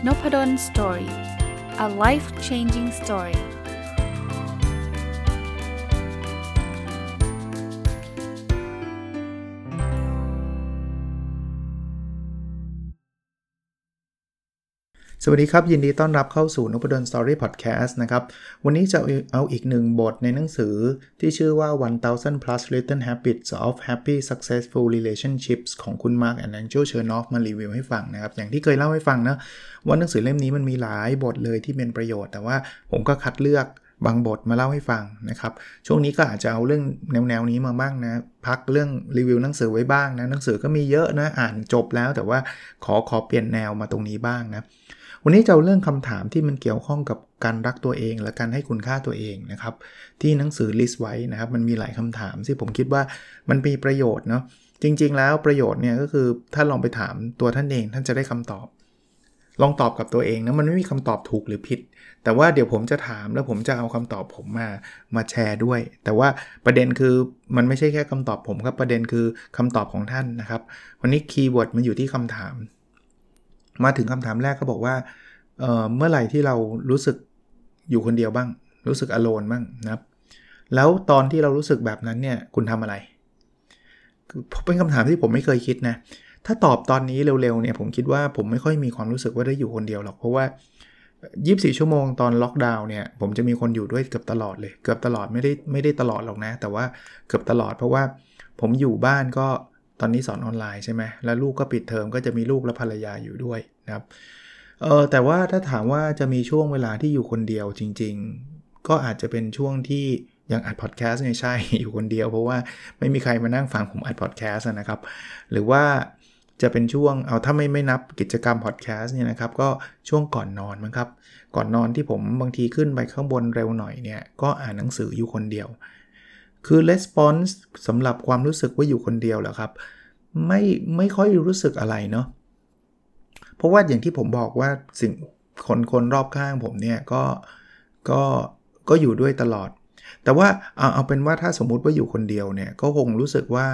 Nopadon Story. A life-changing story. สวัสดีครับยินดีต้อนรับเข้าสู่ Nopadon Story Podcast นะครับวันนี้จะเอาอีกหนึ่งบทในหนังสือที่ชื่อว่า 1000 plus Little Habits of Happy Successful Relationships ของคุณ Mark and Angel Chernoff มารีวิวให้ฟังนะครับอย่างที่เคยเล่าให้ฟังนะว่าหนังสือเล่มนี้มันมีหลายบทเลยที่เป็นประโยชน์แต่ว่าผมก็คัดเลือกบางบทมาเล่าให้ฟังนะครับช่วงนี้ก็อาจจะเอาเรื่องแนวนี้มาบ้างนะพักเรื่องรีวิวหนังสือไว้บ้างนะหนังสือก็มีเยอะนะอ่านจบแล้วแต่ว่าขอเปลี่ยนแนวมาตรงนี้บ้างนะวันนี้จะเอาเรื่องคำถามที่มันเกี่ยวข้องกับการรักตัวเองและการให้คุณค่าตัวเองนะครับที่หนังสือลิสต์ไว้นะครับมันมีหลายคำถามที่ผมคิดว่ามันมีประโยชน์เนาะจริงๆแล้วประโยชน์เนี่ยก็คือถ้าลองไปถามตัวท่านเองท่านจะได้คำตอบลองตอบกับตัวเองนะมันไม่มีคำตอบถูกหรือผิดแต่ว่าเดี๋ยวผมจะถามแล้วผมจะเอาคำตอบผมมาแชร์ด้วยแต่ว่าประเด็นคือมันไม่ใช่แค่คำตอบผมครับประเด็นคือคำตอบของท่านนะครับวันนี้คีย์เวิร์ดมันอยู่ที่คำถามมาถึงคำถามแรกเขาบอกว่าเมื่อไหร่ที่เรารู้สึกอยู่คนเดียวบ้างรู้สึก alone บ้างนะครับแล้วตอนที่เรารู้สึกแบบนั้นเนี่ยคุณทำอะไรเป็นคำถามที่ผมไม่เคยคิดนะถ้าตอบตอนนี้เร็วๆเนี่ยผมคิดว่าผมไม่ค่อยมีความรู้สึกว่าได้อยู่คนเดียวหรอกเพราะว่า24ชั่วโมงตอนล็อกดาวน์เนี่ยผมจะมีคนอยู่ด้วยเกือบตลอดเลยเกือบตลอดไม่ได้ตลอดหรอกนะแต่ว่าเกือบตลอดเพราะว่าผมอยู่บ้านก็ตอนนี้สอนออนไลน์ใช่ไหมแล้วลูกก็ปิดเทอมก็จะมีลูกและภรรยาอยู่ด้วยนะครับแต่ว่าถ้าถามว่าจะมีช่วงเวลาที่อยู่คนเดียวจริงๆก็อาจจะเป็นช่วงที่อย่างอัดพอดแคสต์เนี่ยใช่ อยู่คนเดียวเพราะว่าไม่มีใครมานั่งฟังผมอัดพอดแคสต์นะครับหรือว่าจะเป็นช่วงถ้าไม่นับกิจกรรมพอดแคสต์เนี่ยนะครับก็ช่วงก่อนนอนมั้งครับก่อนนอนที่ผมบางทีขึ้นไปข้างบนเร็วหน่อยเนี่ยก็อ่านหนังสืออยู่คนเดียวคือ response สำหรับความรู้สึกว่าอยู่คนเดียวเหรอครับไม่ค่อยรู้สึกอะไรเนาะเพราะว่าอย่างที่ผมบอกว่าสิ่งคนรอบข้างผมเนี่ยก็อยู่ด้วยตลอดแต่ว่าเอาเป็นว่าถ้าสมมุติว่าอยู่คนเดียวเนี่ยก็คงรู้สึกว่า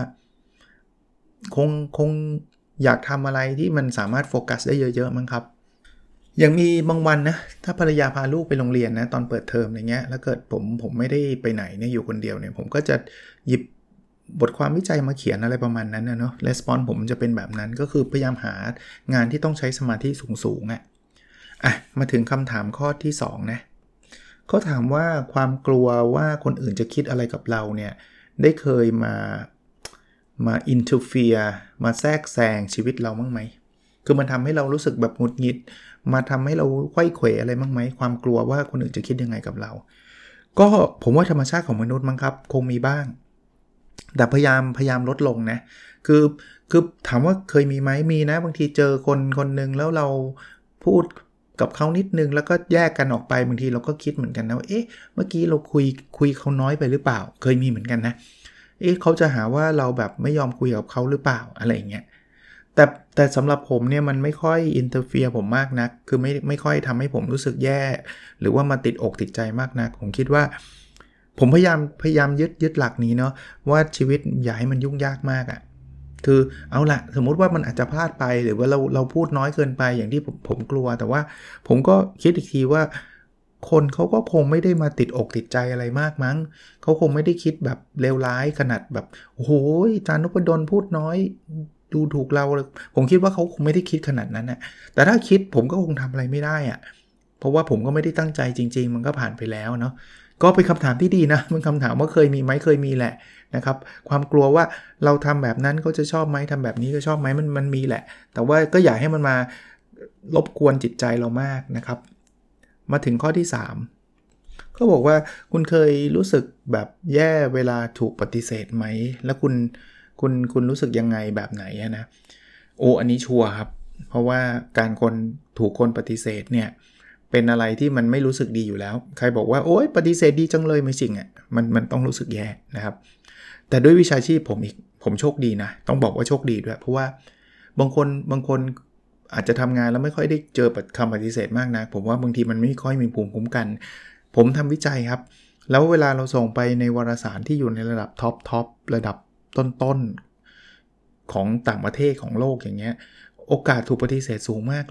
คงอยากทำอะไรที่มันสามารถโฟกัสได้เยอะๆมั้งครับอย่างมีบางวันนะถ้าภรรยาพาลูกไปโรงเรียนนะตอนเปิดเทอมอะไรเงี้ยแล้วเกิดผมไม่ได้ไปไหนเนี่ยอยู่คนเดียวเนี่ยผมก็จะหยิบบทความวิจัยมาเขียนอะไรประมาณนั้นนะเนาะ response ผมจะเป็นแบบนั้นก็คือพยายามหางานที่ต้องใช้สมาธิสูงมาถึงคำถามข้อที่2นะเขาถามว่าความกลัวว่าคนอื่นจะคิดอะไรกับเราเนี่ยได้เคยมา interfere มาแทรกแซงชีวิตเราบ้างไหมคือมันทำให้เรารู้สึกแบบหงุดหงิดมาทำให้เราไขว้เขวอะไรบ้างไหมความกลัวว่าคนอื่นจะคิดยังไงกับเราก็ผมว่าธรรมชาติของมนุษย์มั้งครับคงมีบ้างแต่พยายามลดลงนะคือถามว่าเคยมีไหมมีนะบางทีเจอคนนึงแล้วเราพูดกับเขานิดนึงแล้วก็แยกกันออกไปบางทีเราก็คิดเหมือนกันนะว่าเมื่อกี้เราคุยเขาน้อยไปหรือเปล่าเคยมีเหมือนกันนะเขาจะหาว่าเราแบบไม่ยอมคุยกับเขาหรือเปล่าอะไรอย่างเงี้ยแต่สำหรับผมเนี่ยมันไม่ค่อยอินเตอร์เฟียร์ผมมากนักคือไม่ค่อยทำให้ผมรู้สึกแย่หรือว่ามาติดอกติดใจมากนักผมคิดว่าผมพยายามยึดหลักนี้เนาะว่าชีวิตอย่าให้มันยุ่งยากมากคือเอาละสมมุติว่ามันอาจจะพลาดไปหรือว่าเราพูดน้อยเกินไปอย่างที่ผมกลัวแต่ว่าผมก็คิดอีกทีว่าคนเขาก็คงไม่ได้มาติดอกติดใจอะไรมากมั้งเขาคงไม่ได้คิดแบบเลวร้ายขนาดแบบโอ้โหอาจารย์นพดลพูดน้อยดูถูกเราผมคิดว่าเขาคงไม่ได้คิดขนาดนั้นนะแต่ถ้าคิดผมก็คงทำอะไรไม่ได้เพราะว่าผมก็ไม่ได้ตั้งใจจริงๆมันก็ผ่านไปแล้วเนาะก็เป็นคำถามที่ดีนะมันคำถามว่าเคยมีไหมเคยมีแหละนะครับความกลัวว่าเราทำแบบนั้นเขาจะชอบไหมทำแบบนี้ก็ชอบไหมมันมีแหละแต่ว่าก็อย่าให้มันมารบกวนจิตใจเรามากนะครับมาถึงข้อที่3ก็บอกว่าคุณเคยรู้สึกแบบแย่เวลาถูกปฏิเสธไหมแล้วคุณรู้สึกยังไงแบบไหนนะอันนี้ชัวร์ครับเพราะว่าการถูกคนปฏิเสธเนี่ยเป็นอะไรที่มันไม่รู้สึกดีอยู่แล้วใครบอกว่าโอ๊ยปฏิเสธดีจังเลยไม่จริงมันต้องรู้สึกแย่นะครับแต่ด้วยวิชาชีพผมโชคดีนะต้องบอกว่าโชคดีด้วยเพราะว่าบางคนอาจจะทำงานแล้วไม่ค่อยได้เจอคำปฏิเสธมากนะผมว่าบางทีมันไม่ค่อยมีภูมิคุ้มกันผมทำวิจัยครับแล้วเวลาเราส่งไปในวารสารที่อยู่ในระดับท็อประดับต้นๆของต่างประเทศของโลกอย่างเงี้ยโอกาสถูกปฏิเสธสูงมากเลย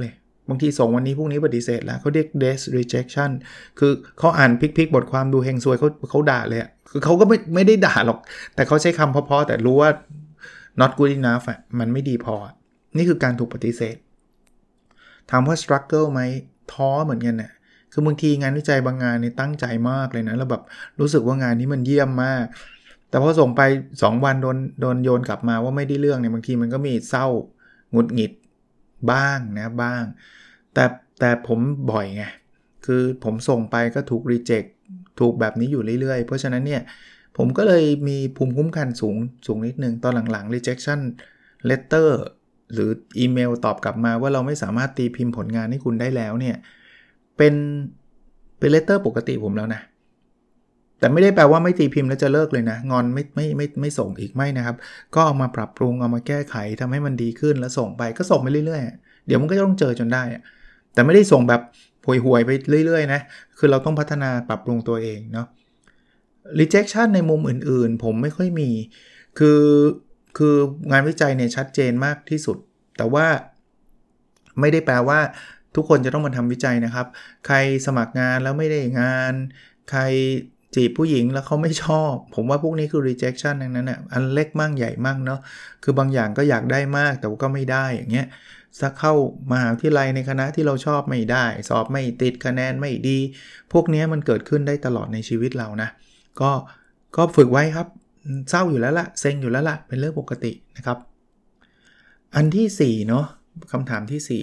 บางทีส่งวันนี้พรุ่งนี้ปฏิเสธแล้วเขาเรียก death rejection คือเขาอ่านพลิกๆบทความดูเฮงซวยเขาด่าเลยคือเขาก็ไม่ได้ด่าหรอกแต่เขาใช้คำเพราะๆแต่รู้ว่า not good enough มันไม่ดีพอนี่คือการถูกปฏิเสธถามว่า struggle ไหมท้อเหมือนกันน่ะคือบางทีงานวิจัยบางงานนี่ตั้งใจมากเลยนะแล้วแบบรู้สึกว่างานนี้มันเยี่ยมมากแต่พอส่งไป2วันโดนโยนกลับมาว่าไม่ได้เรื่องเนี่ยบางทีมันก็มีเศร้าหงุดหงิดบ้างนะบ้างแต่ผมบ่อยไงคือผมส่งไปก็ถูก reject ถูกแบบนี้อยู่เรื่อยๆเพราะฉะนั้นเนี่ยผมก็เลยมีภูมิคุ้มกันสูงนิดนึงตอนหลังๆ rejection letter หรืออีเมลตอบกลับมาว่าเราไม่สามารถตีพิมพ์ผลงานให้คุณได้แล้วเนี่ยเป็นเลตเตอร์ปกติผมแล้วนะแต่ไม่ได้แปลว่าไม่ตีพิมพ์แล้วจะเลิกเลยนะงอนไม่ส่งอีกไม่นะครับก็เอามาปรับปรุงเอามาแก้ไขทำให้มันดีขึ้นแล้วส่งไปก็ส่งไปเรื่อยๆเดี๋ยวมันก็ต้องเจอจนได้แต่ไม่ได้ส่งแบบห่วยๆไปเรื่อยๆนะคือเราต้องพัฒนาปรับปรุงตัวเองเนาะ rejection ในมุมอื่นๆผมไม่ค่อยมีคืองานวิจัยเนี่ยชัดเจนมากที่สุดแต่ว่าไม่ได้แปลว่าทุกคนจะต้องมาทำวิจัยนะครับใครสมัครงานแล้วไม่ได้งานใครจีบผู้หญิงแล้วเขาไม่ชอบผมว่าพวกนี้คือ rejection ทั้งนั้นอันเล็กมั่งใหญ่มั่งเนาะคือบางอย่างก็อยากได้มากแต่ก็ไม่ได้อย่างเงี้ยสักเข้ามหาวิทยาลัยในคณะที่เราชอบไม่ได้สอบไม่ติดคะแนนไม่ดีพวกนี้มันเกิดขึ้นได้ตลอดในชีวิตเรานะก็ฝึกไว้ครับเศร้าอยู่แล้วล่ะเซ็งอยู่แล้วล่ะเป็นเรื่องปกตินะครับอันที่4เนาะคำถามที่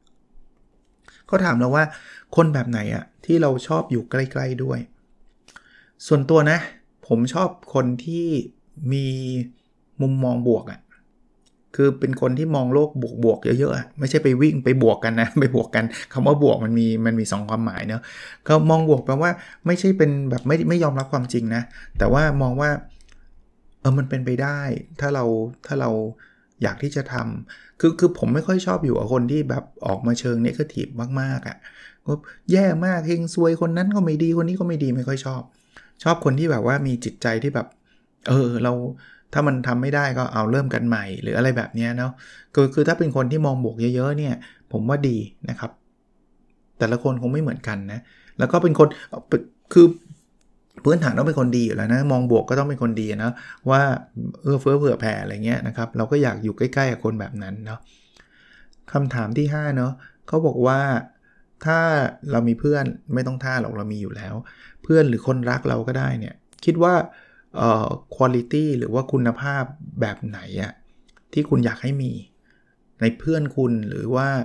4เขาถามเราว่าคนแบบไหนที่เราชอบอยู่ใกล้ๆด้วยส่วนตัวนะผมชอบคนที่มีมุมมองบวกคือเป็นคนที่มองโลกบวกเยอะๆไม่ใช่ไปวิ่งไปบวกกันนะไปบวกกันคำว่าบวกมันมี2ความหมายเนาะก็มองบวกแปลว่าไม่ใช่เป็นแบบไม่ยอมรับความจริงนะแต่ว่ามองว่ามันเป็นไปได้ถ้าเราอยากที่จะทำคือผมไม่ค่อยชอบอยู่กับคนที่แบบออกมาเชิงเนกาทีฟมากๆก็แย่มากเฮงซวยคนนั้นก็ไม่ดีคนนี้ก็ไม่ดีไม่ค่อยชอบคนที่แบบว่ามีจิตใจที่แบบเราถ้ามันทำไม่ได้ก็เอาเริ่มกันใหม่หรืออะไรแบบนี้เนาะคือถ้าเป็นคนที่มองบวกเยอะๆเนี่ยผมว่าดีนะครับแต่ละคนคงไม่เหมือนกันนะแล้วก็เป็นคนคือพื้นฐานต้องเป็นคนดีอยู่แล้วนะมองบวกก็ต้องเป็นคนดีนะว่าเฟื้อเผื่อแผ่อะไรเงี้ยนะครับเราก็อยากอยู่ใกล้ๆกับคนแบบนั้นเนาะคำถามที่5เนาะเขาบอกว่าถ้าเรามีเพื่อนไม่ต้องท่าหรอกเรามีอยู่แล้วเพื่อนหรือคนรักเราก็ได้เนี่ยคิดว่าquality หรือว่าคุณภาพแบบไหนที่คุณอยากให้มีในเพื่อนคุณหรือว่า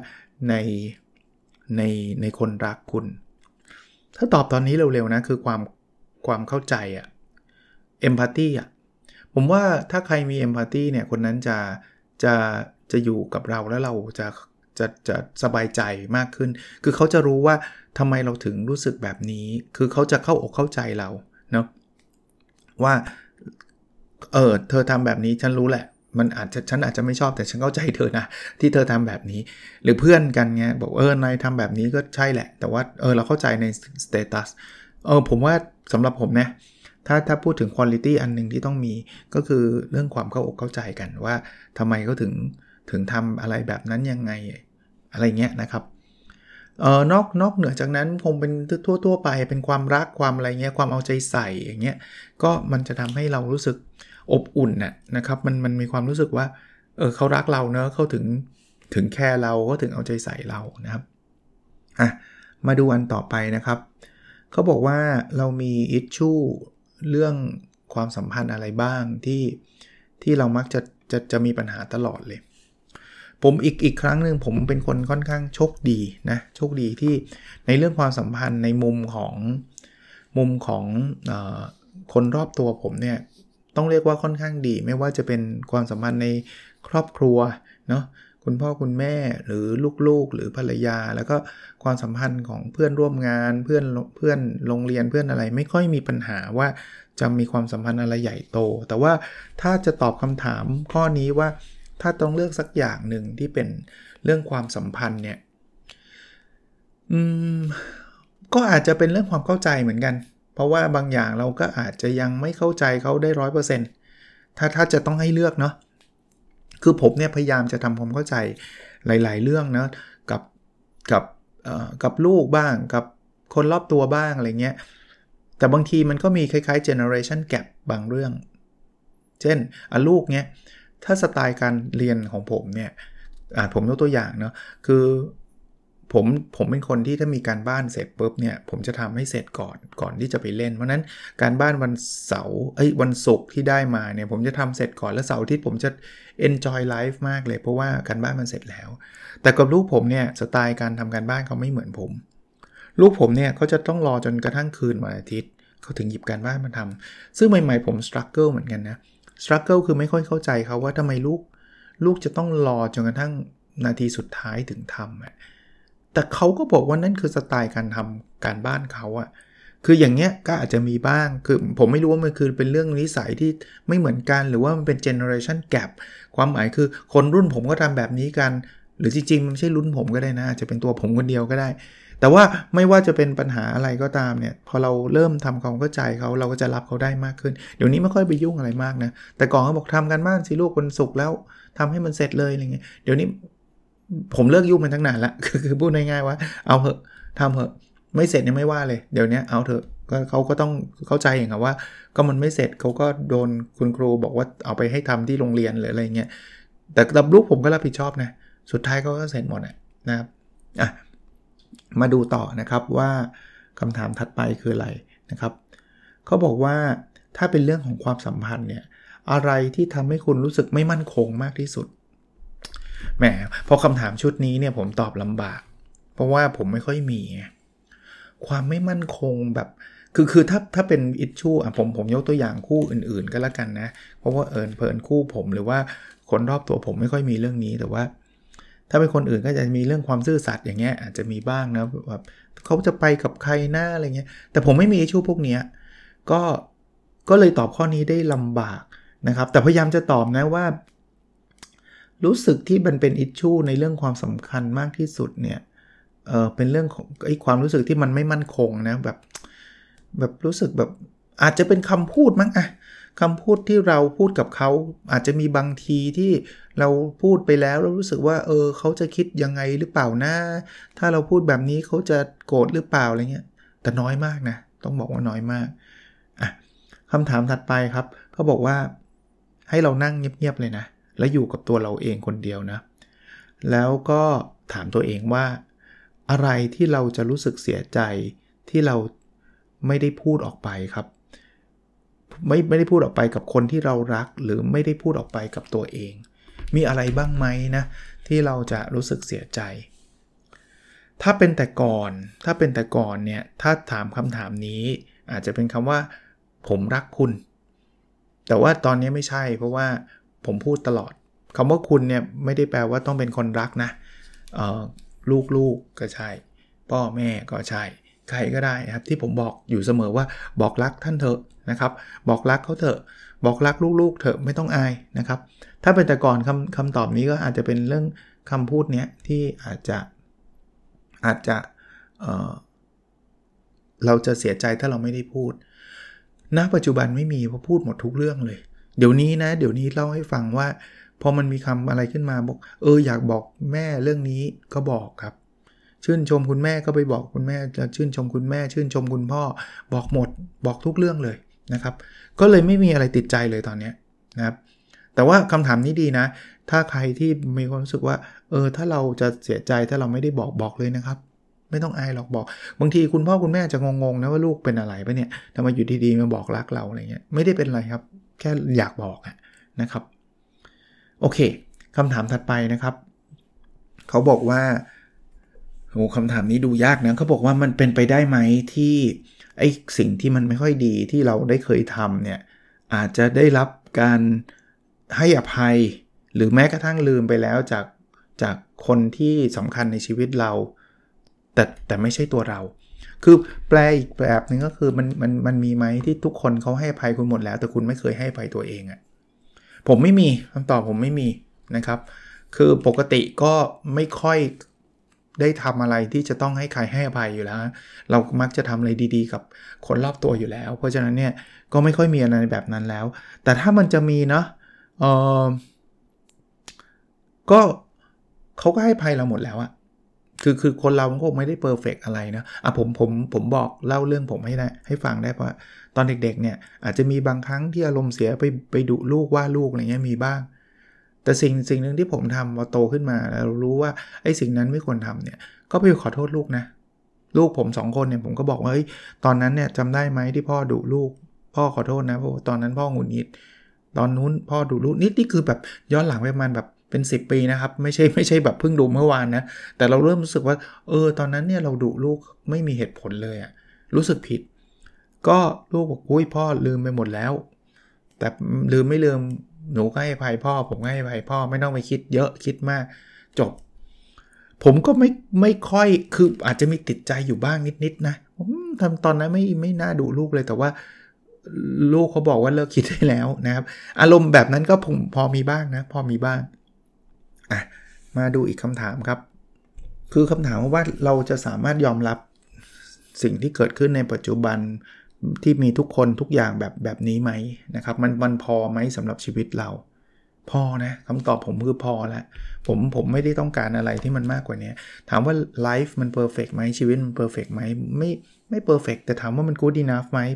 ในคนรักคุณถ้าตอบตอนนี้เร็วๆนะคือความเข้าใจempathy ผมว่าถ้าใครมี empathy เนี่ยคนนั้นจะอยู่กับเราแล้วเราจะสบายใจมากขึ้นคือเขาจะรู้ว่าทำไมเราถึงรู้สึกแบบนี้คือเขาจะเข้าอกเข้าใจเราเนาะว่าเธอทำแบบนี้ฉันรู้แหละฉันอาจจะไม่ชอบแต่ฉันเข้าใจเธอนะที่เธอทำแบบนี้หรือเพื่อนกันเงี้ยบอกนายทำแบบนี้ก็ใช่แหละแต่ว่าเราเข้าใจในสเตตัสผมว่าสำหรับผมนะถ้าพูดถึง quality อันนึงที่ต้องมีก็คือเรื่องความเข้าอกเข้าใจกันว่าทำไมเขาถึงทำอะไรแบบนั้นยังไงอะไรเงี้ยนะครับนอกเหนือจากนั้นคงเป็นทั่วไปเป็นความรักความอะไรเงี้ยความเอาใจใส่อย่างเงี้ยก็มันจะทำให้เรารู้สึกอบอุ่นนะครับมันมีความรู้สึกว่าเขารักเราเนอะเขาถึงแคร์เราก็ถึงเอาใจใส่เรานะครับมาดูอันต่อไปนะครับเขาบอกว่าเรามีอิชชูเรื่องความสัมพันธ์อะไรบ้างที่เรามักจะมีปัญหาตลอดเลยผมอีกครั้งนึงผมเป็นคนค่อนข้างโชคดีนะโชคดีที่ในเรื่องความสัมพันธ์ในมุมของคนรอบตัวผมเนี่ยต้องเรียกว่าค่อนข้างดีไม่ว่าจะเป็นความสัมพันธ์ในครอบครัวเนาะคุณพ่อคุณแม่หรือลูกๆหรือภรรยาแล้วก็ความสัมพันธ์ของเพื่อนร่วมงานเพื่อนโรงเรียนเพื่อนอะไรไม่ค่อยมีปัญหาว่าจะมีความสัมพันธ์อะไรใหญ่โตแต่ว่าถ้าจะตอบคำถามข้อนี้ว่าถ้าต้องเลือกสักอย่างหนึ่งที่เป็นเรื่องความสัมพันธ์เนี่ยก็อาจจะเป็นเรื่องความเข้าใจเหมือนกันเพราะว่าบางอย่างเราก็อาจจะยังไม่เข้าใจเขาได้ 100% ถ้าจะต้องให้เลือกเนาะคือผมเนี่ยพยายามจะทำความเข้าใจหลายๆเรื่องนะกับกับลูกบ้างกับคนรอบตัวบ้างอะไรเงี้ยแต่บางทีมันก็มีคล้ายๆ generation gap บางเรื่องเช่นลูกเนี้ยถ้าสไตล์การเรียนของผมเนี่ยผมยกตัวอย่างเนาะคือผมเป็นคนที่ถ้ามีการบ้านเสร็จปุ๊บเนี่ยผมจะทำให้เสร็จก่อนที่จะไปเล่นเพราะนั้นการบ้านวันเสาร์วันศุกร์ที่ได้มาเนี่ยผมจะทำเสร็จก่อนแล้วเสาร์อาทิตย์ผมจะ enjoy life มากเลยเพราะว่าการบ้านมันเสร็จแล้วแต่กับลูกผมเนี่ยสไตล์การทำการบ้านเขาไม่เหมือนผมลูกผมเนี่ยเขาจะต้องรอจนกระทั่งคืนวันอาทิตย์เขาถึงหยิบการบ้านมาทำซึ่งใหม่ๆผม struggle เหมือนกันนะ struggle คือไม่ค่อยเข้าใจเขาว่าทำไมลูกจะต้องรอจนกระทั่งนาทีสุดท้ายถึงทำแต่เขาก็บอกว่านั่นคือสไตล์การทำการบ้านเขาคืออย่างเงี้ยก็อาจจะมีบ้างคือผมไม่รู้ว่ามันคือเป็นเรื่องนิสัยที่ไม่เหมือนกันหรือว่ามันเป็น generation gap ความหมายคือคนรุ่นผมก็ทำแบบนี้กันหรือจริงๆมันไม่ใช่รุ่นผมก็ได้นะอาจจะเป็นตัวผมคนเดียวก็ได้แต่ว่าไม่ว่าจะเป็นปัญหาอะไรก็ตามเนี่ยพอเราเริ่มทำความเข้าใจเขาเราก็จะรับเขาได้มากขึ้นเดี๋ยวนี้ไม่ค่อยไปยุ่งอะไรมากนะแต่ก่อนเขาบอกทำกันบ้านสิลูกวันศุกร์แล้วทำให้มันเสร็จเลยอะไรเงี้ยเดี๋ยวนี้ผมเลิกยุ่งมันตั้งนานละคือพูดง่ายๆว่าเอาเหอะทำเหอะไม่เสร็จยังไม่ว่าเลยเดี๋ยวนี้เอาเถอะก็เขาก็ต้องเข้าใจอย่างว่าก็มันไม่เสร็จเขาก็โดนคุณครูบอกว่าเอาไปให้ทำที่โรงเรียนหรืออะไรเงี้ยแต่กับลูกผมก็รับผิดชอบนะสุดท้ายเขาก็เสร็จหมดนะครับมาดูต่อนะครับว่าคำถามถัดไปคืออะไรนะครับเขาบอกว่าถ้าเป็นเรื่องของความสัมพันธ์เนี่ยอะไรที่ทำให้คุณรู้สึกไม่มั่นคงมากที่สุดแหมพอคำถามชุดนี้เนี่ยผมตอบลำบากเพราะว่าผมไม่ค่อยมีความไม่มั่นคงแบบคือถ้าเป็นอิชชูผมยกตัวอย่างคู่อื่นๆก็แล้วกันนะเพราะว่าเพลินคู่ผมหรือว่าคนรอบตัวผมไม่ค่อยมีเรื่องนี้แต่ว่าถ้าเป็นคนอื่นก็จะมีเรื่องความซื่อสัตย์อย่างเงี้ยอาจจะมีบ้างนะแบบเขาจะไปกับใครหน้าอะไรเงี้ยแต่ผมไม่มีอิชชูพวกเนี้ยก็เลยตอบข้อนี้ได้ลำบากนะครับแต่พยายามจะตอบนะว่ารู้สึกที่มันเป็นอิชชูในเรื่องความสำคัญมากที่สุดเนี่ยเป็นเรื่องของความรู้สึกที่มันไม่มั่นคงนะแบบรู้สึกแบบอาจจะเป็นคำพูดมั้งคำพูดที่เราพูดกับเขาอาจจะมีบางทีที่เราพูดไปแล้วเรารู้สึกว่าเขาจะคิดยังไงหรือเปล่านะถ้าเราพูดแบบนี้เขาจะโกรธหรือเปล่าอะไรเงี้ยแต่น้อยมากนะต้องบอกว่าน้อยมากคำถามถัดไปครับเขาบอกว่าให้เรานั่งเงียบๆเลยนะแล้วอยู่กับตัวเราเองคนเดียวนะแล้วก็ถามตัวเองว่าอะไรที่เราจะรู้สึกเสียใจที่เราไม่ได้พูดออกไปครับไม่ได้พูดออกไปกับคนที่เรารักหรือไม่ได้พูดออกไปกับตัวเองมีอะไรบ้างไหมนะที่เราจะรู้สึกเสียใจถ้าเป็นแต่ก่อนเนี่ยถ้าถามคำถามนี้อาจจะเป็นคำว่าผมรักคุณแต่ว่าตอนนี้ไม่ใช่เพราะว่าผมพูดตลอดคำว่าคุณเนี่ยไม่ได้แปลว่าต้องเป็นคนรักนะลูกก็ใช่พ่อแม่ก็ใช่ใครก็ได้นะครับที่ผมบอกอยู่เสมอว่าบอกรักท่านเถอะนะครับบอกรักเขาเถอะบอกรักลูกๆเถอะไม่ต้องอายนะครับถ้าเป็นแต่ก่อนคำตอบนี้ก็อาจจะเป็นเรื่องคำพูดเนี้ยที่อาจจะเราจะเสียใจถ้าเราไม่ได้พูดณปัจจุบันไม่มีเพราะพูดหมดทุกเรื่องเลยเดี๋ยวนี้เล่าให้ฟังว่าพอมันมีคำอะไรขึ้นมาบอกอยากบอกแม่เรื่องนี้ก็บอกครับชื่นชมคุณแม่ก็ไปบอกคุณแม่จะชื่นชมคุณแม่ชื่นชมคุณพ่อบอกหมดบอกทุกเรื่องเลยนะครับก็เลยไม่มีอะไรติดใจเลยตอนนี้นะครับแต่ว่าคำถามนี้ดีนะถ้าใครที่มีความรู้สึกว่าถ้าเราจะเสียใจถ้าเราไม่ได้บอกเลยนะครับไม่ต้องอายหรอกบอกบางทีคุณพ่อคุณแม่จะงงๆนะว่าลูกเป็นอะไรปะเนี่ยทำไมอยู่ดีๆมาบอกรักเราอะไรเงี้ยไม่ได้เป็นไรครับแค่อยากบอกนะครับโอเคคำถามถัดไปนะครับเขาบอกว่าคำถามนี้ดูยากนะเขาบอกว่ามันเป็นไปได้ไหมที่ไอ้สิ่งที่มันไม่ค่อยดีที่เราได้เคยทำเนี่ยอาจจะได้รับการให้อภัยหรือแม้กระทั่งลืมไปแล้วจากคนที่สำคัญในชีวิตเราแต่ไม่ใช่ตัวเราคือแปลอีกแบบนึงก็คือมันมีไหมที่ทุกคนเขาให้อภัยคุณหมดแล้วแต่คุณไม่เคยให้อภัยตัวเองผมไม่มีคำตอบผมไม่มีนะครับคือปกติก็ไม่ค่อยได้ทำอะไรที่จะต้องให้ใครให้อภัยอยู่แล้วเรามักจะทำอะไรดีๆกับคนรอบตัวอยู่แล้วเพราะฉะนั้นเนี่ยก็ไม่ค่อยมีอะไรแบบนั้นแล้วแต่ถ้ามันจะมีเนาะก็เขาก็ให้อภัยเราหมดแล้วคือคนเรามันก็ไม่ได้เพอร์เฟกต์อะไรนะผมบอกเล่าเรื่องผมให้ฟังได้เพราะตอนเด็กๆเนี่ยอาจจะมีบางครั้งที่อารมณ์เสียไปดุลูกว่าลูกอะไรเงี้ยมีบ้างแต่สิ่งนึงที่ผมทำพอโตขึ้นมาแล้วรู้ว่าไอ้สิ่งนั้นไม่ควรทำเนี่ยก็ไปขอโทษลูกนะลูกผม2คนเนี่ยผมก็บอกว่าตอนนั้นเนี่ยจำได้ไหมที่พ่อดุลูกพ่อขอโทษนะเพราะตอนนั้นพ่อหงุดหงิดตอนนู้นพ่อดุลูกนี่คือแบบย้อนหลังไปประมาณแบบเป็น10 ปีนะครับไม่ใช่แบบเพิ่งดูเมื่อวานนะแต่เราเริ่มรู้สึกว่าตอนนั้นเนี่ยเราดุลูกไม่มีเหตุผลเลยอะรู้สึกผิดก็ลูกบอกอุ้ยพ่อลืมไปหมดแล้วแต่ลืมไม่ลืมหนูก็ให้อภัยพ่อผมก็ให้อภัยพ่อไม่ต้องไปคิดเยอะคิดมากจบผมก็ไม่ค่อยคืออาจจะมีติดใจอยู่บ้างนิดนะทำตอนนั้นไม่น่าดุลูกเลยแต่ว่าลูกเขาบอกว่าเลิกคิดได้แล้วนะครับอารมณ์แบบนั้นก็พอมีบ้างนะพอมีบ้างมาดูอีกคำถามครับคือคำถามว่าเราจะสามารถยอมรับสิ่งที่เกิดขึ้นในปัจจุบันที่มีทุกคนทุกอย่างแบบนี้ไหมนะครับมันพอไหมสำหรับชีวิตเราพอนะคำตอบผมคือพอแล้วผมไม่ได้ต้องการอะไรที่มันมากกว่านี้ถามว่าไลฟ์มันเพอร์เฟกต์ไหมชีวิตมันเพอร์เฟกต์ไหมไม่เพอร์เฟกต์แต่ถามว่ามัน good enough ไหม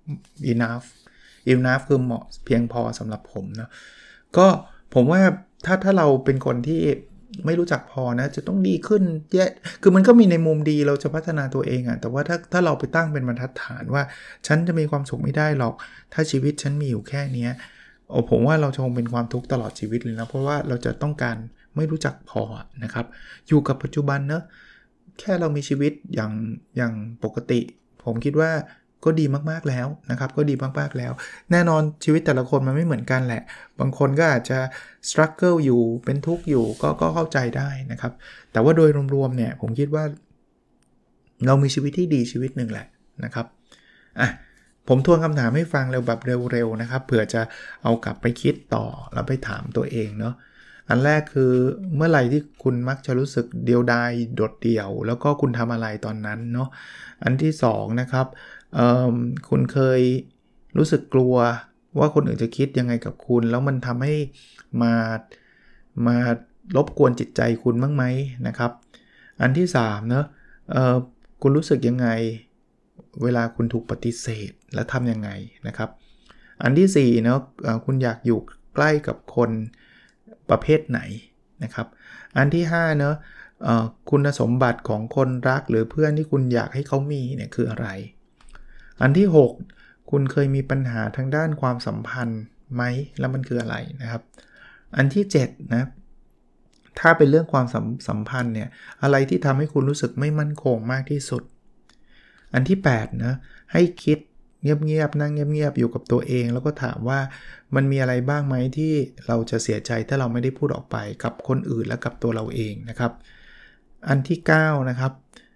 enough คือเหมาะเพียงพอสำหรับผมเนาะก็ผมว่าถ้าเราเป็นคนที่ไม่รู้จักพอนะจะต้องดีขึ้นคือมันก็มีในมุมดีเราจะพัฒนาตัวเองแต่ว่าถ้าเราไปตั้งเป็นบรรทัดฐานว่าฉันจะมีความสุขไม่ได้หรอกถ้าชีวิตฉันมีอยู่แค่นี้ผมว่าเราคงเป็นความทุกข์ตลอดชีวิตเลยนะเพราะว่าเราจะต้องการไม่รู้จักพอนะครับอยู่กับปัจจุบันเนอะแค่เรามีชีวิตอย่างปกติผมคิดว่าก็ดีมากๆแล้วนะครับก็ดีมากๆแล้วแน่นอนชีวิตแต่ละคนมันไม่เหมือนกันแหละบางคนก็อาจจะ struggle อยู่เป็นทุกข์อยู่ก็เข้าใจได้นะครับแต่ว่าโดยรวมๆเนี่ยผมคิดว่าเรามีชีวิตที่ดีชีวิตหนึ่งแหละนะครับผมทวนคำถามให้ฟังแบบเร็วๆนะครับเผื่อจะเอากลับไปคิดต่อแล้วไปถามตัวเองเนาะอันแรกคือเมื่อไหร่ที่คุณมักจะรู้สึกเดียวดายโดดเดี่ยวแล้วก็คุณทำอะไรตอนนั้นเนาะอันที่2นะครับคุณเคยรู้สึกกลัวว่าคนอื่นจะคิดยังไงกับคุณแล้วมันทำให้มารบกวนจิตใจคุณบ้างไหมนะครับอันที่3เนอะคุณรู้สึกยังไงเวลาคุณถูกปฏิเสธและทำยังไงนะครับอันที่4เนอะคุณอยากอยู่ใกล้กับคนประเภทไหนนะครับอันที่5เนอะคุณสมบัติของคนรักหรือเพื่อนที่คุณอยากให้เขามีเนี่ยคืออะไรอันที่6คุณเคยมีปัญหาทางด้านความสัมพันธ์ไหมแล้วมันคืออะไรนะครับอันที่7นะถ้าเป็นเรื่องความสัมพันธ์เนี่ยอะไรที่ทำให้คุณรู้สึกไม่มั่นคงมากที่สุดอันที่8นะให้คิดเงียบๆนั่งเงียบๆอยู่กับตัวเองแล้วก็ถามว่ามันมีอะไรบ้างไหมที่เราจะเสียใจถ้าเราไม่ได้พูดออกไปกับคนอื่นและกับตัวเราเองนะครับอันที่9นะครับ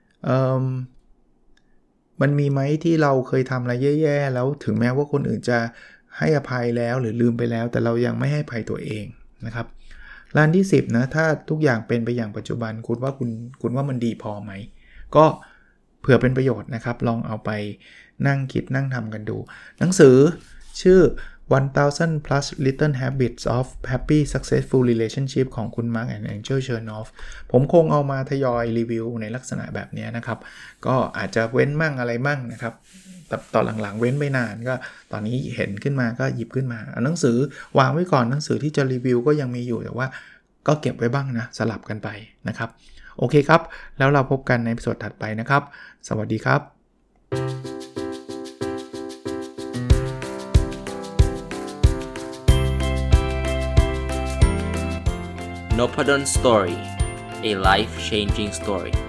มันมีไหมที่เราเคยทำอะไรแย่ๆแล้วถึงแม้ว่าคนอื่นจะให้อภัยแล้วหรือลืมไปแล้วแต่เรายังไม่ให้อภัยตัวเองนะครับและอันที่10นะถ้าทุกอย่างเป็นไปอย่างปัจจุบันคุณว่ามันดีพอไหมก็เผื่อเป็นประโยชน์นะครับลองเอาไปนั่งคิดนั่งทำกันดูหนังสือชื่อ 1000 plus little habits of happy successful relationship ของคุณ Mark and Angel Chernoff ผมคงเอามาทยอยรีวิวในลักษณะแบบนี้นะครับก็อาจจะเว้นมั่งอะไรมั่งนะครับแต่ตอนหลังๆเว้นไม่นานก็ตอนนี้เห็นขึ้นมาก็หยิบขึ้นมาเอาหนังสือวางไว้ก่อนหนังสือที่จะรีวิวก็ยังมีอยู่แต่ว่าก็เก็บไว้บ้างนะสลับกันไปนะครับโอเคครับแล้วเราพบกันในตอนถัดไปนะครับสวัสดีครับ Nopadon Story, a life-changing story.